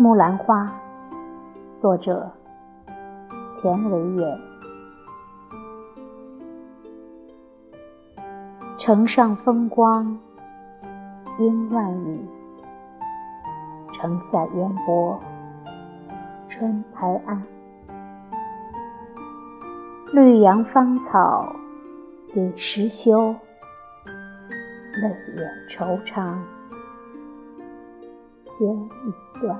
木兰花，作者钱维演。城上风光应万语，城下烟波春台岸。绿杨芳草给时休，泪眼惆怅先一段。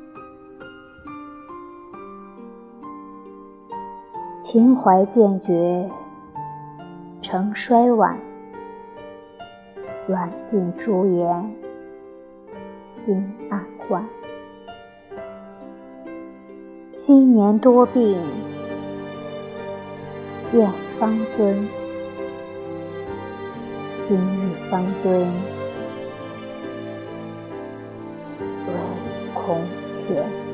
情怀渐绝成衰晚，软尽朱颜今暗换。昔年多病愿方尊，今日方尊唯空前。